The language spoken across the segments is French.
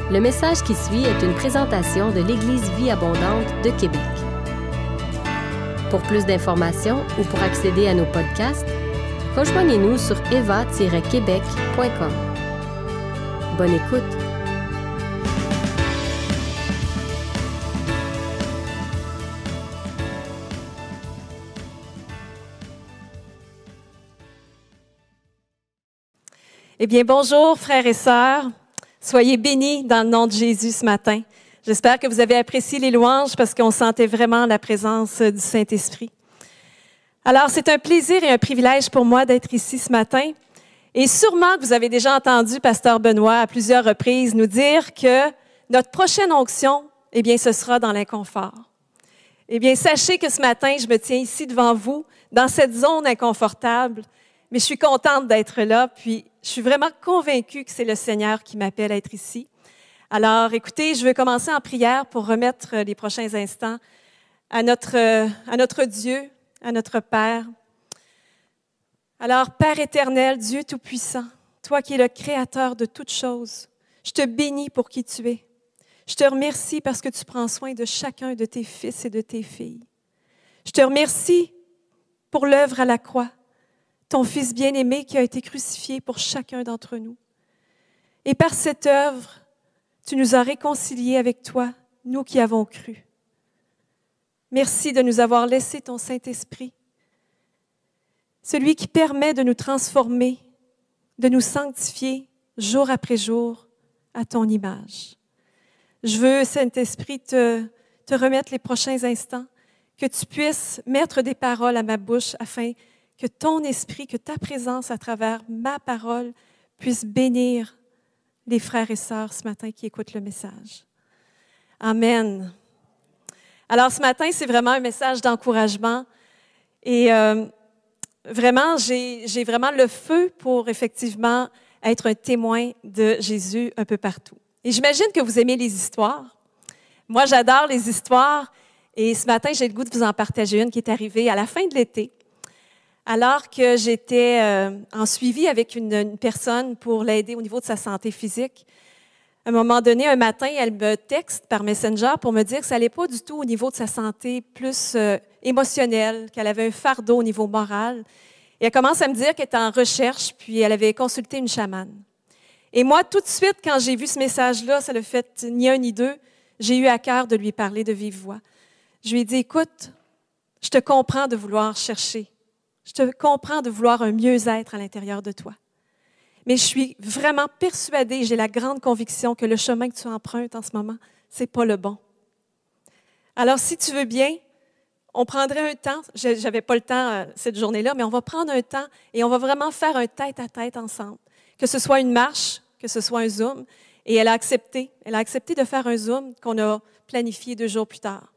Le message qui suit est une présentation de l'Église Vie Abondante de Québec. Pour plus d'informations ou pour accéder à nos podcasts, rejoignez-nous sur eva-québec.com. Bonne écoute! Eh bien, bonjour, frères et sœurs. Soyez bénis dans le nom de Jésus ce matin. J'espère que vous avez apprécié les louanges parce qu'on sentait vraiment la présence du Saint-Esprit. Alors, c'est un plaisir et un privilège pour moi d'être ici ce matin. Et sûrement que vous avez déjà entendu Pasteur Benoît à plusieurs reprises nous dire que notre prochaine onction, eh bien, ce sera dans l'inconfort. Eh bien, sachez que ce matin, je me tiens ici devant vous, dans cette zone inconfortable, mais je suis contente d'être là, puis je suis vraiment convaincue que c'est le Seigneur qui m'appelle à être ici. Alors, écoutez, je veux commencer en prière pour remettre les prochains instants à notre Dieu, à notre Père. Alors, Père éternel, Dieu Tout-Puissant, toi qui es le Créateur de toutes choses, je te bénis pour qui tu es. Je te remercie parce que tu prends soin de chacun de tes fils et de tes filles. Je te remercie pour l'œuvre à la croix, ton Fils bien-aimé qui a été crucifié pour chacun d'entre nous. Et par cette œuvre, tu nous as réconciliés avec toi, nous qui avons cru. Merci de nous avoir laissé ton Saint-Esprit, celui qui permet de nous transformer, de nous sanctifier jour après jour à ton image. Je veux, Saint-Esprit, te remettre les prochains instants, que tu puisses mettre des paroles à ma bouche afin que ton esprit, que ta présence à travers ma parole puisse bénir les frères et sœurs ce matin qui écoutent le message. Amen. Alors ce matin, c'est vraiment un message d'encouragement et vraiment, j'ai vraiment le feu pour effectivement être un témoin de Jésus un peu partout. Et j'imagine que vous aimez les histoires. Moi, j'adore les histoires et ce matin, j'ai le goût de vous en partager une qui est arrivée à la fin de l'été. Alors que j'étais en suivi avec une personne pour l'aider au niveau de sa santé physique, à un moment donné, un matin, elle me texte par Messenger pour me dire que ça n'allait pas du tout au niveau de sa santé plus émotionnelle, qu'elle avait un fardeau au niveau moral. Et elle commence à me dire qu'elle était en recherche, puis elle avait consulté une chamane. Et moi, tout de suite, quand j'ai vu ce message-là, ça l'a fait ni un ni deux, j'ai eu à cœur de lui parler de vive voix. Je lui ai dit, écoute, je te comprends de vouloir chercher. Je te comprends de vouloir un mieux-être à l'intérieur de toi. Mais je suis vraiment persuadée, j'ai la grande conviction que le chemin que tu empruntes en ce moment, ce n'est pas le bon. Alors, si tu veux bien, on prendrait un temps, je n'avais pas le temps cette journée-là, mais on va prendre un temps et on va vraiment faire un tête-à-tête ensemble. Que ce soit une marche, que ce soit un Zoom. Et elle a accepté de faire un Zoom qu'on a planifié 2 jours plus tard.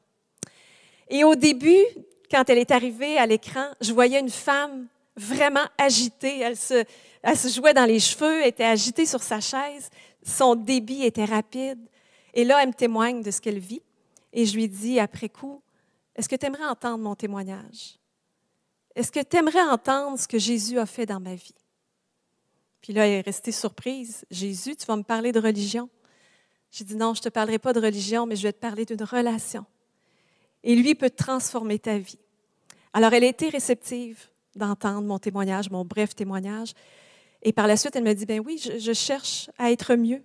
Et au début, quand elle est arrivée à l'écran, je voyais une femme vraiment agitée. Elle se jouait dans les cheveux, était agitée sur sa chaise. Son débit était rapide. Et là, elle me témoigne de ce qu'elle vit. Et je lui dis après coup, est-ce que tu aimerais entendre mon témoignage? Est-ce que tu aimerais entendre ce que Jésus a fait dans ma vie? Puis là, elle est restée surprise. Jésus, tu vas me parler de religion? J'ai dit non, je ne te parlerai pas de religion, mais je vais te parler d'une relation. Et lui peut transformer ta vie. Alors, elle a été réceptive d'entendre mon témoignage, mon bref témoignage. Et par la suite, elle me dit, ben oui, je cherche à être mieux.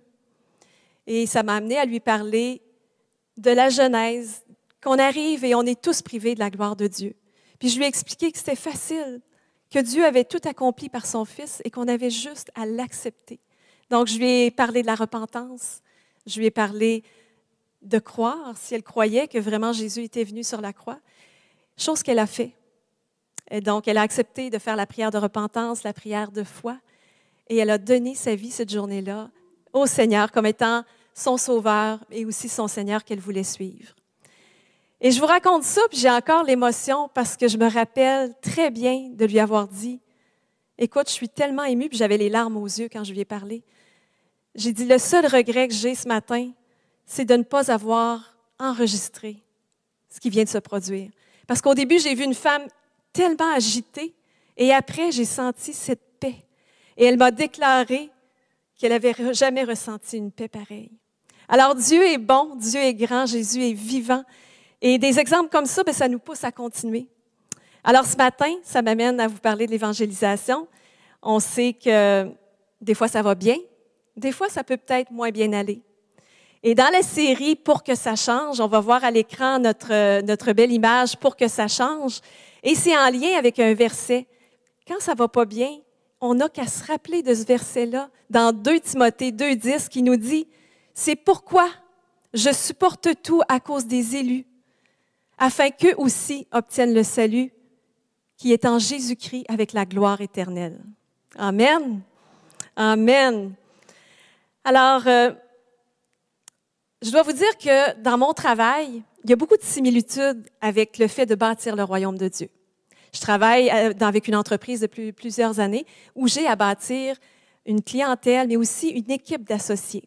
Et ça m'a amené à lui parler de la Genèse, qu'on arrive et on est tous privés de la gloire de Dieu. Puis je lui ai expliqué que c'était facile, que Dieu avait tout accompli par son Fils et qu'on avait juste à l'accepter. Donc, je lui ai parlé de la repentance, je lui ai parlé de croire, si elle croyait que vraiment Jésus était venu sur la croix, chose qu'elle a fait. Et donc, elle a accepté de faire la prière de repentance, la prière de foi, et elle a donné sa vie cette journée-là au Seigneur comme étant son sauveur et aussi son Seigneur qu'elle voulait suivre. Et je vous raconte ça, puis j'ai encore l'émotion parce que je me rappelle très bien de lui avoir dit, « Écoute, je suis tellement émue, puis j'avais les larmes aux yeux quand je lui ai parlé. J'ai dit, le seul regret que j'ai ce matin, c'est de ne pas avoir enregistré ce qui vient de se produire. Parce qu'au début, j'ai vu une femme tellement agitée et après, j'ai senti cette paix. Et elle m'a déclaré qu'elle n'avait jamais ressenti une paix pareille. Alors, Dieu est bon, Dieu est grand, Jésus est vivant. Et des exemples comme ça, ça nous pousse à continuer. Alors, ce matin, ça m'amène à vous parler de l'évangélisation. On sait que des fois, ça va bien. Des fois, ça peut peut-être moins bien aller. Et dans la série « Pour que ça change », on va voir à l'écran notre belle image « Pour que ça change ». Et c'est en lien avec un verset. Quand ça va pas bien, on n'a qu'à se rappeler de ce verset-là dans 2 Timothée 2,10 qui nous dit « C'est pourquoi je supporte tout à cause des élus, afin qu'eux aussi obtiennent le salut qui est en Jésus-Christ avec la gloire éternelle. » Amen. Amen. Alors, je dois vous dire que dans mon travail, il y a beaucoup de similitudes avec le fait de bâtir le royaume de Dieu. Je travaille avec une entreprise depuis plusieurs années où j'ai à bâtir une clientèle, mais aussi une équipe d'associés.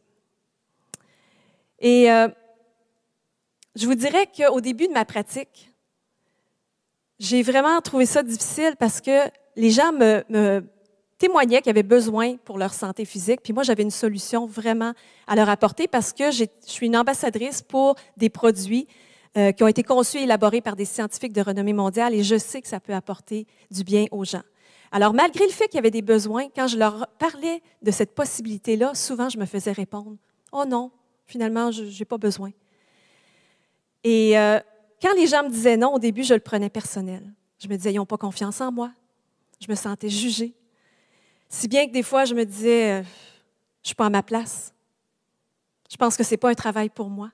Et je vous dirais qu'au début de ma pratique, j'ai vraiment trouvé ça difficile parce que les gens me témoignaient qu'ils avaient besoin pour leur santé physique. Puis moi, j'avais une solution vraiment à leur apporter parce que je suis une ambassadrice pour des produits qui ont été conçus et élaborés par des scientifiques de renommée mondiale et je sais que ça peut apporter du bien aux gens. Alors, malgré le fait qu'il y avait des besoins, quand je leur parlais de cette possibilité-là, souvent, je me faisais répondre « Oh non, finalement, je n'ai pas besoin. » Et quand les gens me disaient non, au début, je le prenais personnel. Je me disais « Ils n'ont pas confiance en moi. » Je me sentais jugée. Si bien que des fois, je me disais, je ne suis pas à ma place. Je pense que ce n'est pas un travail pour moi.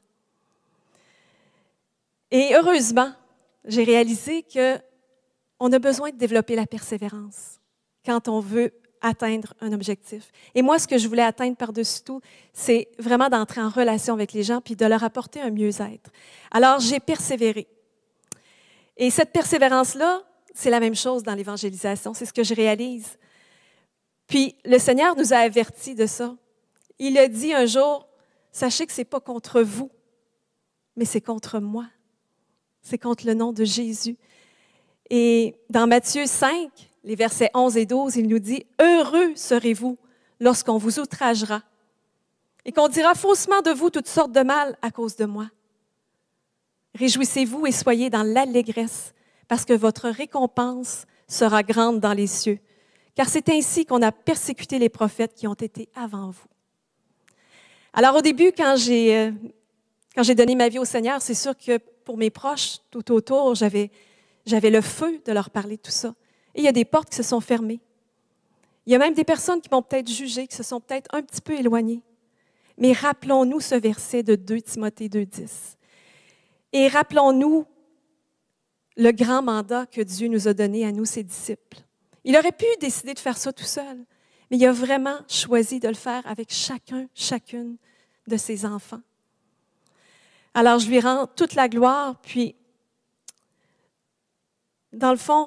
Et heureusement, j'ai réalisé qu'on a besoin de développer la persévérance quand on veut atteindre un objectif. Et moi, ce que je voulais atteindre par-dessus tout, c'est vraiment d'entrer en relation avec les gens puis de leur apporter un mieux-être. Alors, j'ai persévéré. Et cette persévérance-là, c'est la même chose dans l'évangélisation. C'est ce que je réalise. Puis, le Seigneur nous a avertis de ça. Il a dit un jour, « Sachez que ce n'est pas contre vous, mais c'est contre moi. C'est contre le nom de Jésus. » Et dans Matthieu 5, les versets 11 et 12, il nous dit, « Heureux serez-vous lorsqu'on vous outragera et qu'on dira faussement de vous toutes sortes de mal à cause de moi. Réjouissez-vous et soyez dans l'allégresse, parce que votre récompense sera grande dans les cieux. Car c'est ainsi qu'on a persécuté les prophètes qui ont été avant vous. » Alors au début, quand j'ai donné ma vie au Seigneur, c'est sûr que pour mes proches, tout autour, j'avais le feu de leur parler de tout ça. Et il y a des portes qui se sont fermées. Il y a même des personnes qui m'ont peut-être jugé, qui se sont peut-être un petit peu éloignées. Mais rappelons-nous ce verset de 2 Timothée 2,10. Et rappelons-nous le grand mandat que Dieu nous a donné à nous, ses disciples. Il aurait pu décider de faire ça tout seul, mais il a vraiment choisi de le faire avec chacune de ses enfants. Alors, je lui rends toute la gloire, puis, dans le fond,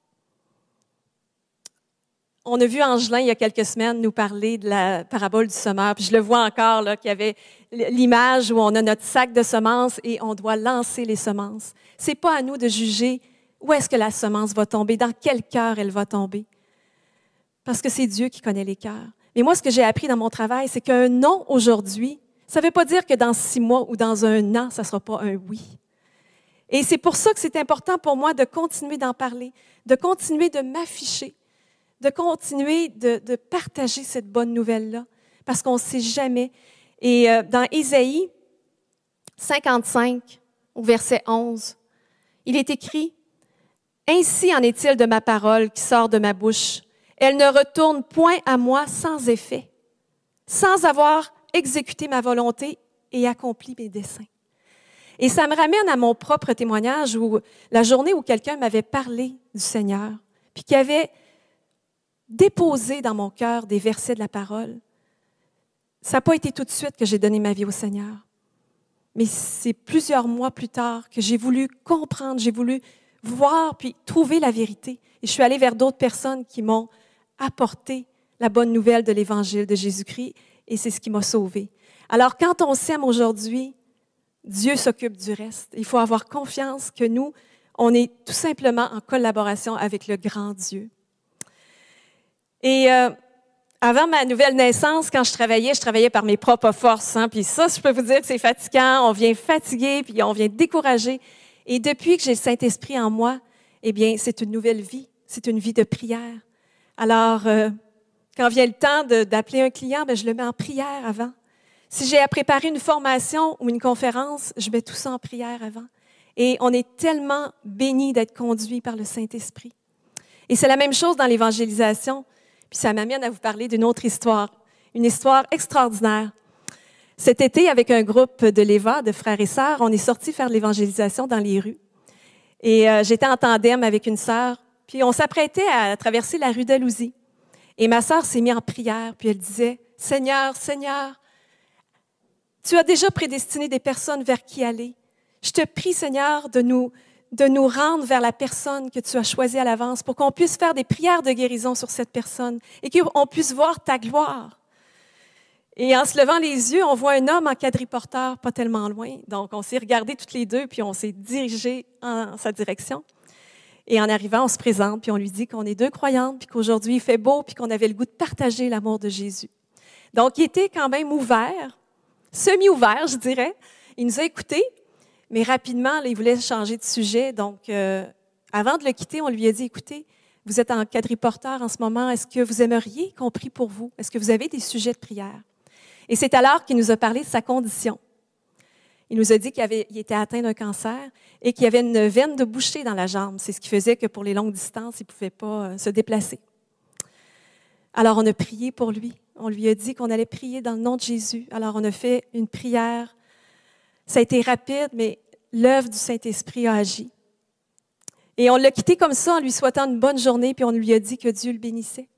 on a vu Angelin, il y a quelques semaines, nous parler de la parabole du semeur, puis je le vois encore, là, qu'il y avait l'image où on a notre sac de semences et on doit lancer les semences. Ce n'est pas à nous de juger où est-ce que la semence va tomber, dans quel cœur elle va tomber, parce que c'est Dieu qui connaît les cœurs. Mais moi, ce que j'ai appris dans mon travail, c'est qu'un non aujourd'hui, ça ne veut pas dire que dans 6 mois ou dans 1 an, ça ne sera pas un oui. Et c'est pour ça que c'est important pour moi de continuer d'en parler, de continuer de m'afficher, de continuer de partager cette bonne nouvelle-là, parce qu'on ne sait jamais. Et dans Ésaïe 55, au verset 11, il est écrit « Ainsi en est-il de ma parole qui sort de ma bouche. Elle ne retourne point à moi sans effet, sans avoir exécuté ma volonté et accompli mes desseins. » Et ça me ramène à mon propre témoignage où la journée où quelqu'un m'avait parlé du Seigneur, puis qui avait déposé dans mon cœur des versets de la parole. Ça n'a pas été tout de suite que j'ai donné ma vie au Seigneur, mais c'est plusieurs mois plus tard que j'ai voulu comprendre, j'ai voulu voir puis trouver la vérité. Et je suis allée vers d'autres personnes qui m'ont apporté la bonne nouvelle de l'Évangile de Jésus-Christ et c'est ce qui m'a sauvée. Alors, quand on s'aime aujourd'hui, Dieu s'occupe du reste. Il faut avoir confiance que nous, on est tout simplement en collaboration avec le grand Dieu. Et Avant ma nouvelle naissance, quand je travaillais par mes propres forces. Hein, puis ça, je peux vous dire que c'est fatigant. On vient fatigué, puis on vient découragé. Et depuis que j'ai le Saint-Esprit en moi, eh bien, c'est une nouvelle vie. C'est une vie de prière. Alors, quand vient le temps d'appeler un client, bien, je le mets en prière avant. Si j'ai à préparer une formation ou une conférence, je mets tout ça en prière avant. Et on est tellement bénis d'être conduits par le Saint-Esprit. Et c'est la même chose dans l'évangélisation. Puis ça m'amène à vous parler d'une autre histoire, une histoire extraordinaire. Cet été, avec un groupe de l'EVA, de frères et sœurs, on est sortis faire de l'évangélisation dans les rues. Et j'étais en tandem avec une sœur, puis on s'apprêtait à traverser la rue d'Alousie. Et ma sœur s'est mise en prière, puis elle disait, « Seigneur, Seigneur, tu as déjà prédestiné des personnes vers qui aller. Je te prie, Seigneur, de nous rendre vers la personne que tu as choisie à l'avance pour qu'on puisse faire des prières de guérison sur cette personne et qu'on puisse voir ta gloire. » Et en se levant les yeux, on voit un homme en quadriporteur pas tellement loin. Donc, on s'est regardés toutes les deux, puis on s'est dirigés en sa direction. Et en arrivant, on se présente, puis on lui dit qu'on est deux croyantes, puis qu'aujourd'hui, il fait beau, puis qu'on avait le goût de partager l'amour de Jésus. Donc, il était quand même ouvert, semi-ouvert, je dirais. Il nous a écoutés. Mais rapidement, là, il voulait changer de sujet. Donc, avant de le quitter, on lui a dit, écoutez, vous êtes en quadriporteur en ce moment. Est-ce que vous aimeriez qu'on prie pour vous? Est-ce que vous avez des sujets de prière? Et c'est alors qu'il nous a parlé de sa condition. Il nous a dit qu'il était atteint d'un cancer et qu'il y avait une veine de bouchée dans la jambe. C'est ce qui faisait que pour les longues distances, il ne pouvait pas se déplacer. Alors, on a prié pour lui. On lui a dit qu'on allait prier dans le nom de Jésus. Alors, on a fait une prière. Ça a été rapide, mais l'œuvre du Saint-Esprit a agi. Et on l'a quitté comme ça en lui souhaitant une bonne journée, puis on lui a dit que Dieu le bénissait.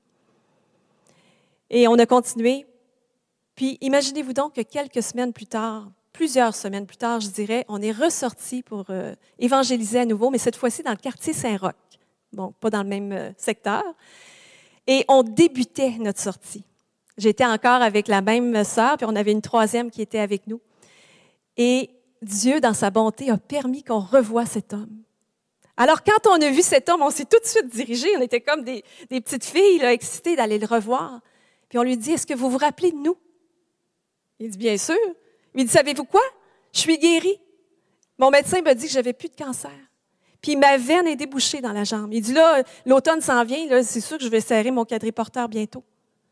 Et on a continué. Puis imaginez-vous donc que quelques semaines plus tard, plusieurs semaines plus tard, je dirais, on est ressorti pour évangéliser à nouveau, mais cette fois-ci dans le quartier Saint-Roch. Bon, pas dans le même secteur. Et on débutait notre sortie. J'étais encore avec la même sœur, puis on avait une troisième qui était avec nous. Et Dieu, dans sa bonté, a permis qu'on revoie cet homme. Alors, quand on a vu cet homme, on s'est tout de suite dirigé. On était comme des petites filles là, excitées d'aller le revoir. Puis on lui dit, « Est-ce que vous vous rappelez de nous? » Il dit, « Bien sûr. » Il dit, « Savez-vous quoi? Je suis guérie. Mon médecin m'a dit que je n'avais plus de cancer. Puis ma veine est débouchée dans la jambe. » Il dit, « Là, l'automne s'en vient. Là, c'est sûr que je vais serrer mon quadriporteur bientôt. »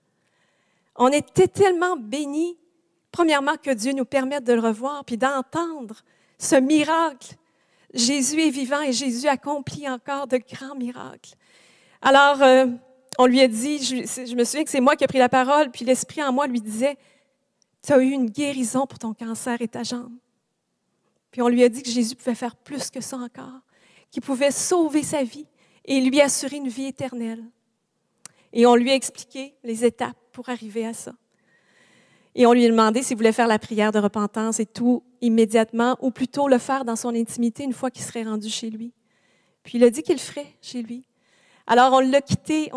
On était tellement bénis. Premièrement, que Dieu nous permette de le revoir, puis d'entendre ce miracle. Jésus est vivant et Jésus accomplit encore de grands miracles. Alors, on lui a dit, je me souviens que c'est moi qui ai pris la parole, puis l'Esprit en moi lui disait, « Tu as eu une guérison pour ton cancer et ta jambe. » Puis on lui a dit que Jésus pouvait faire plus que ça encore, qu'il pouvait sauver sa vie et lui assurer une vie éternelle. Et on lui a expliqué les étapes pour arriver à ça. Et on lui a demandé s'il voulait faire la prière de repentance et tout immédiatement, ou plutôt le faire dans son intimité une fois qu'il serait rendu chez lui. Puis il a dit qu'il le ferait chez lui. Alors on l'a quitté,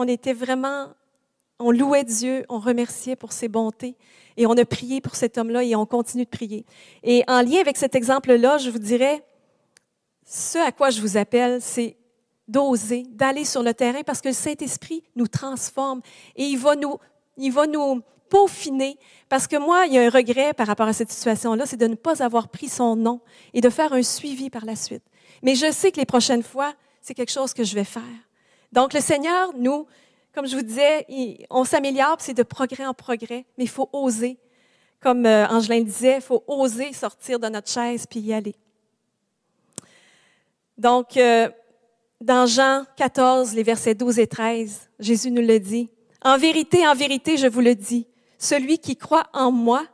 on louait Dieu, on remerciait pour ses bontés et on a prié pour cet homme-là et on continue de prier. Et en lien avec cet exemple-là, je vous dirais, ce à quoi je vous appelle, c'est d'oser, d'aller sur le terrain parce que le Saint-Esprit nous transforme et il va nous peaufiner. Parce que moi, il y a un regret par rapport à cette situation-là, c'est de ne pas avoir pris son nom et de faire un suivi par la suite. Mais je sais que les prochaines fois, c'est quelque chose que je vais faire. Donc, le Seigneur, nous, comme je vous disais, on s'améliore, c'est de progrès en progrès, mais il faut oser. Comme Angelin disait, il faut oser sortir de notre chaise puis y aller. Donc, dans Jean 14, les versets 12 et 13, Jésus nous le dit. « En vérité, je vous le dis, celui qui croit en moi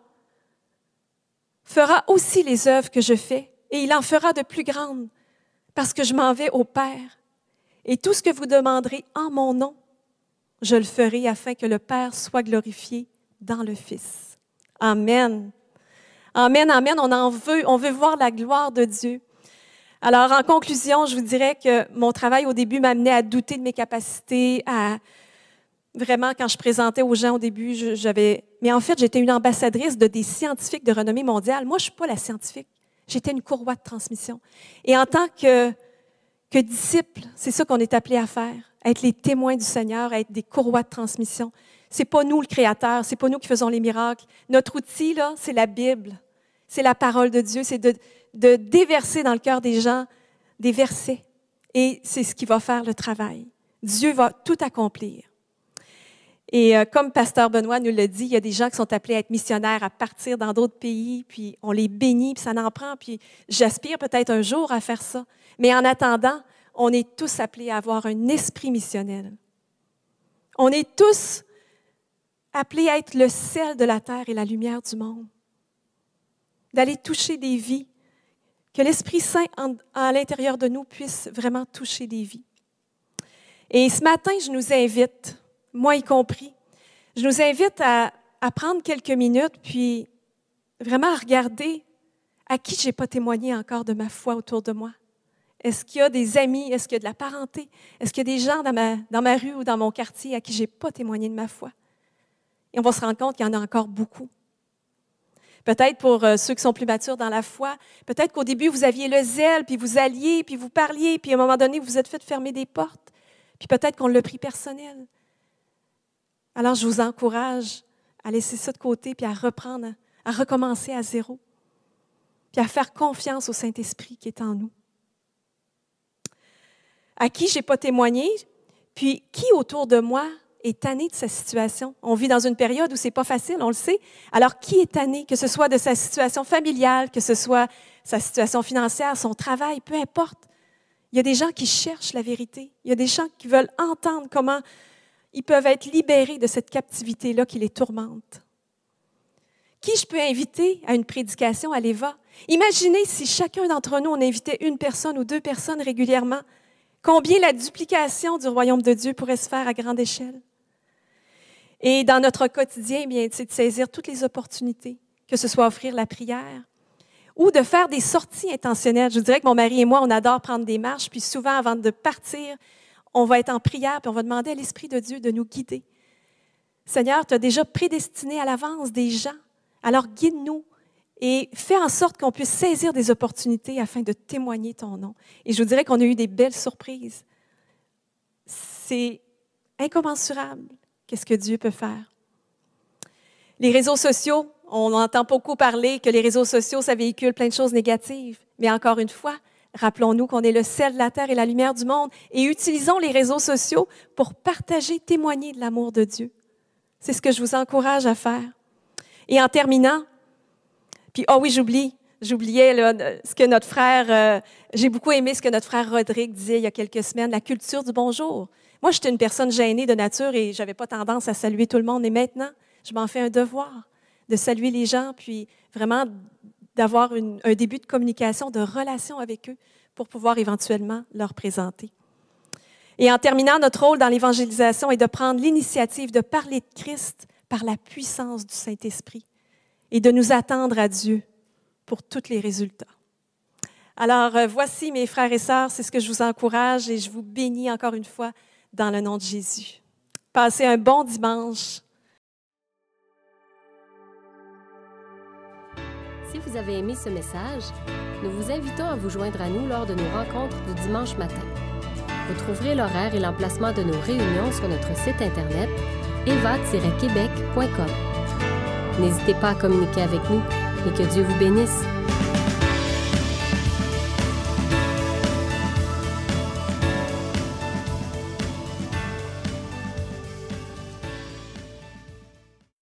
fera aussi les œuvres que je fais, et il en fera de plus grandes, parce que je m'en vais au Père. Et tout ce que vous demanderez en mon nom, je le ferai afin que le Père soit glorifié dans le Fils. » Amen. Amen, amen. On veut voir la gloire de Dieu. Alors, en conclusion, je vous dirais que mon travail au début m'amenait à douter de mes capacités, Vraiment, quand je présentais aux gens au début, mais en fait, j'étais une ambassadrice des scientifiques de renommée mondiale. Moi, je ne suis pas la scientifique. J'étais une courroie de transmission. Et en tant que disciple, c'est ça qu'on est appelé à faire, être les témoins du Seigneur, être des courroies de transmission. C'est pas nous le Créateur, c'est pas nous qui faisons les miracles. Notre outil, là, c'est la Bible. C'est la parole de Dieu, c'est de déverser dans le cœur des gens des versets. Et c'est ce qui va faire le travail. Dieu va tout accomplir. Et comme Pasteur Benoît nous l'a dit, il y a des gens qui sont appelés à être missionnaires, à partir dans d'autres pays, puis on les bénit, puis ça n'en prend, puis j'aspire peut-être un jour à faire ça. Mais en attendant, on est tous appelés à avoir un esprit missionnel. On est tous appelés à être le sel de la terre et la lumière du monde. D'aller toucher des vies, que l'Esprit Saint à l'intérieur de nous puisse vraiment toucher des vies. Et ce matin, je nous invite, moi y compris, je nous invite à prendre quelques minutes, puis vraiment à regarder à qui je n'ai pas témoigné encore de ma foi autour de moi. Est-ce qu'il y a des amis? Est-ce qu'il y a de la parenté? Est-ce qu'il y a des gens dans ma rue ou dans mon quartier à qui je n'ai pas témoigné de ma foi? Et on va se rendre compte qu'il y en a encore beaucoup. Peut-être pour ceux qui sont plus matures dans la foi, peut-être qu'au début, vous aviez le zèle, puis vous alliez, puis vous parliez, puis à un moment donné, vous vous êtes fait fermer des portes. Puis peut-être qu'on l'a pris personnel. Alors, je vous encourage à laisser ça de côté, puis à reprendre, à recommencer à zéro, puis à faire confiance au Saint-Esprit qui est en nous. À qui je n'ai pas témoigné, puis qui autour de moi est tanné de sa situation. On vit dans une période où ce n'est pas facile, on le sait. Alors, qui est tanné, que ce soit de sa situation familiale, que ce soit sa situation financière, son travail, peu importe. Il y a des gens qui cherchent la vérité. Il y a des gens qui veulent entendre comment ils peuvent être libérés de cette captivité-là qui les tourmente. Qui je peux inviter à une prédication à l'Eva? Imaginez si chacun d'entre nous, on invitait une personne ou deux personnes régulièrement. Combien la duplication du royaume de Dieu pourrait se faire à grande échelle? Et dans notre quotidien, bien, c'est de saisir toutes les opportunités, que ce soit offrir la prière ou de faire des sorties intentionnelles. Je vous dirais que mon mari et moi, on adore prendre des marches, puis souvent, avant de partir, on va être en prière, puis on va demander à l'Esprit de Dieu de nous guider. Seigneur, tu as déjà prédestiné à l'avance des gens, alors guide-nous et fais en sorte qu'on puisse saisir des opportunités afin de témoigner ton nom. Et je vous dirais qu'on a eu des belles surprises. C'est incommensurable. Qu'est-ce que Dieu peut faire? Les réseaux sociaux, on entend beaucoup parler que les réseaux sociaux, ça véhicule plein de choses négatives. Mais encore une fois, rappelons-nous qu'on est le sel de la terre et la lumière du monde et utilisons les réseaux sociaux pour partager, témoigner de l'amour de Dieu. C'est ce que je vous encourage à faire. Et en terminant, puis, oui, j'oubliais là, ce que notre frère, j'ai beaucoup aimé ce que notre frère Rodrigue disait il y a quelques semaines, la culture du bonjour. Moi, j'étais une personne gênée de nature et je n'avais pas tendance à saluer tout le monde. Et maintenant, je m'en fais un devoir de saluer les gens, puis vraiment d'avoir un début de communication, de relation avec eux pour pouvoir éventuellement leur présenter. Et en terminant, notre rôle dans l'évangélisation est de prendre l'initiative de parler de Christ par la puissance du Saint-Esprit et de nous attendre à Dieu pour tous les résultats. Alors, voici, mes frères et sœurs, c'est ce que je vous encourage et je vous bénis encore une fois dans le nom de Jésus. Passez un bon dimanche. Si vous avez aimé ce message, nous vous invitons à vous joindre à nous lors de nos rencontres du dimanche matin. Vous trouverez l'horaire et l'emplacement de nos réunions sur notre site Internet eva-québec.com. N'hésitez pas à communiquer avec nous et que Dieu vous bénisse.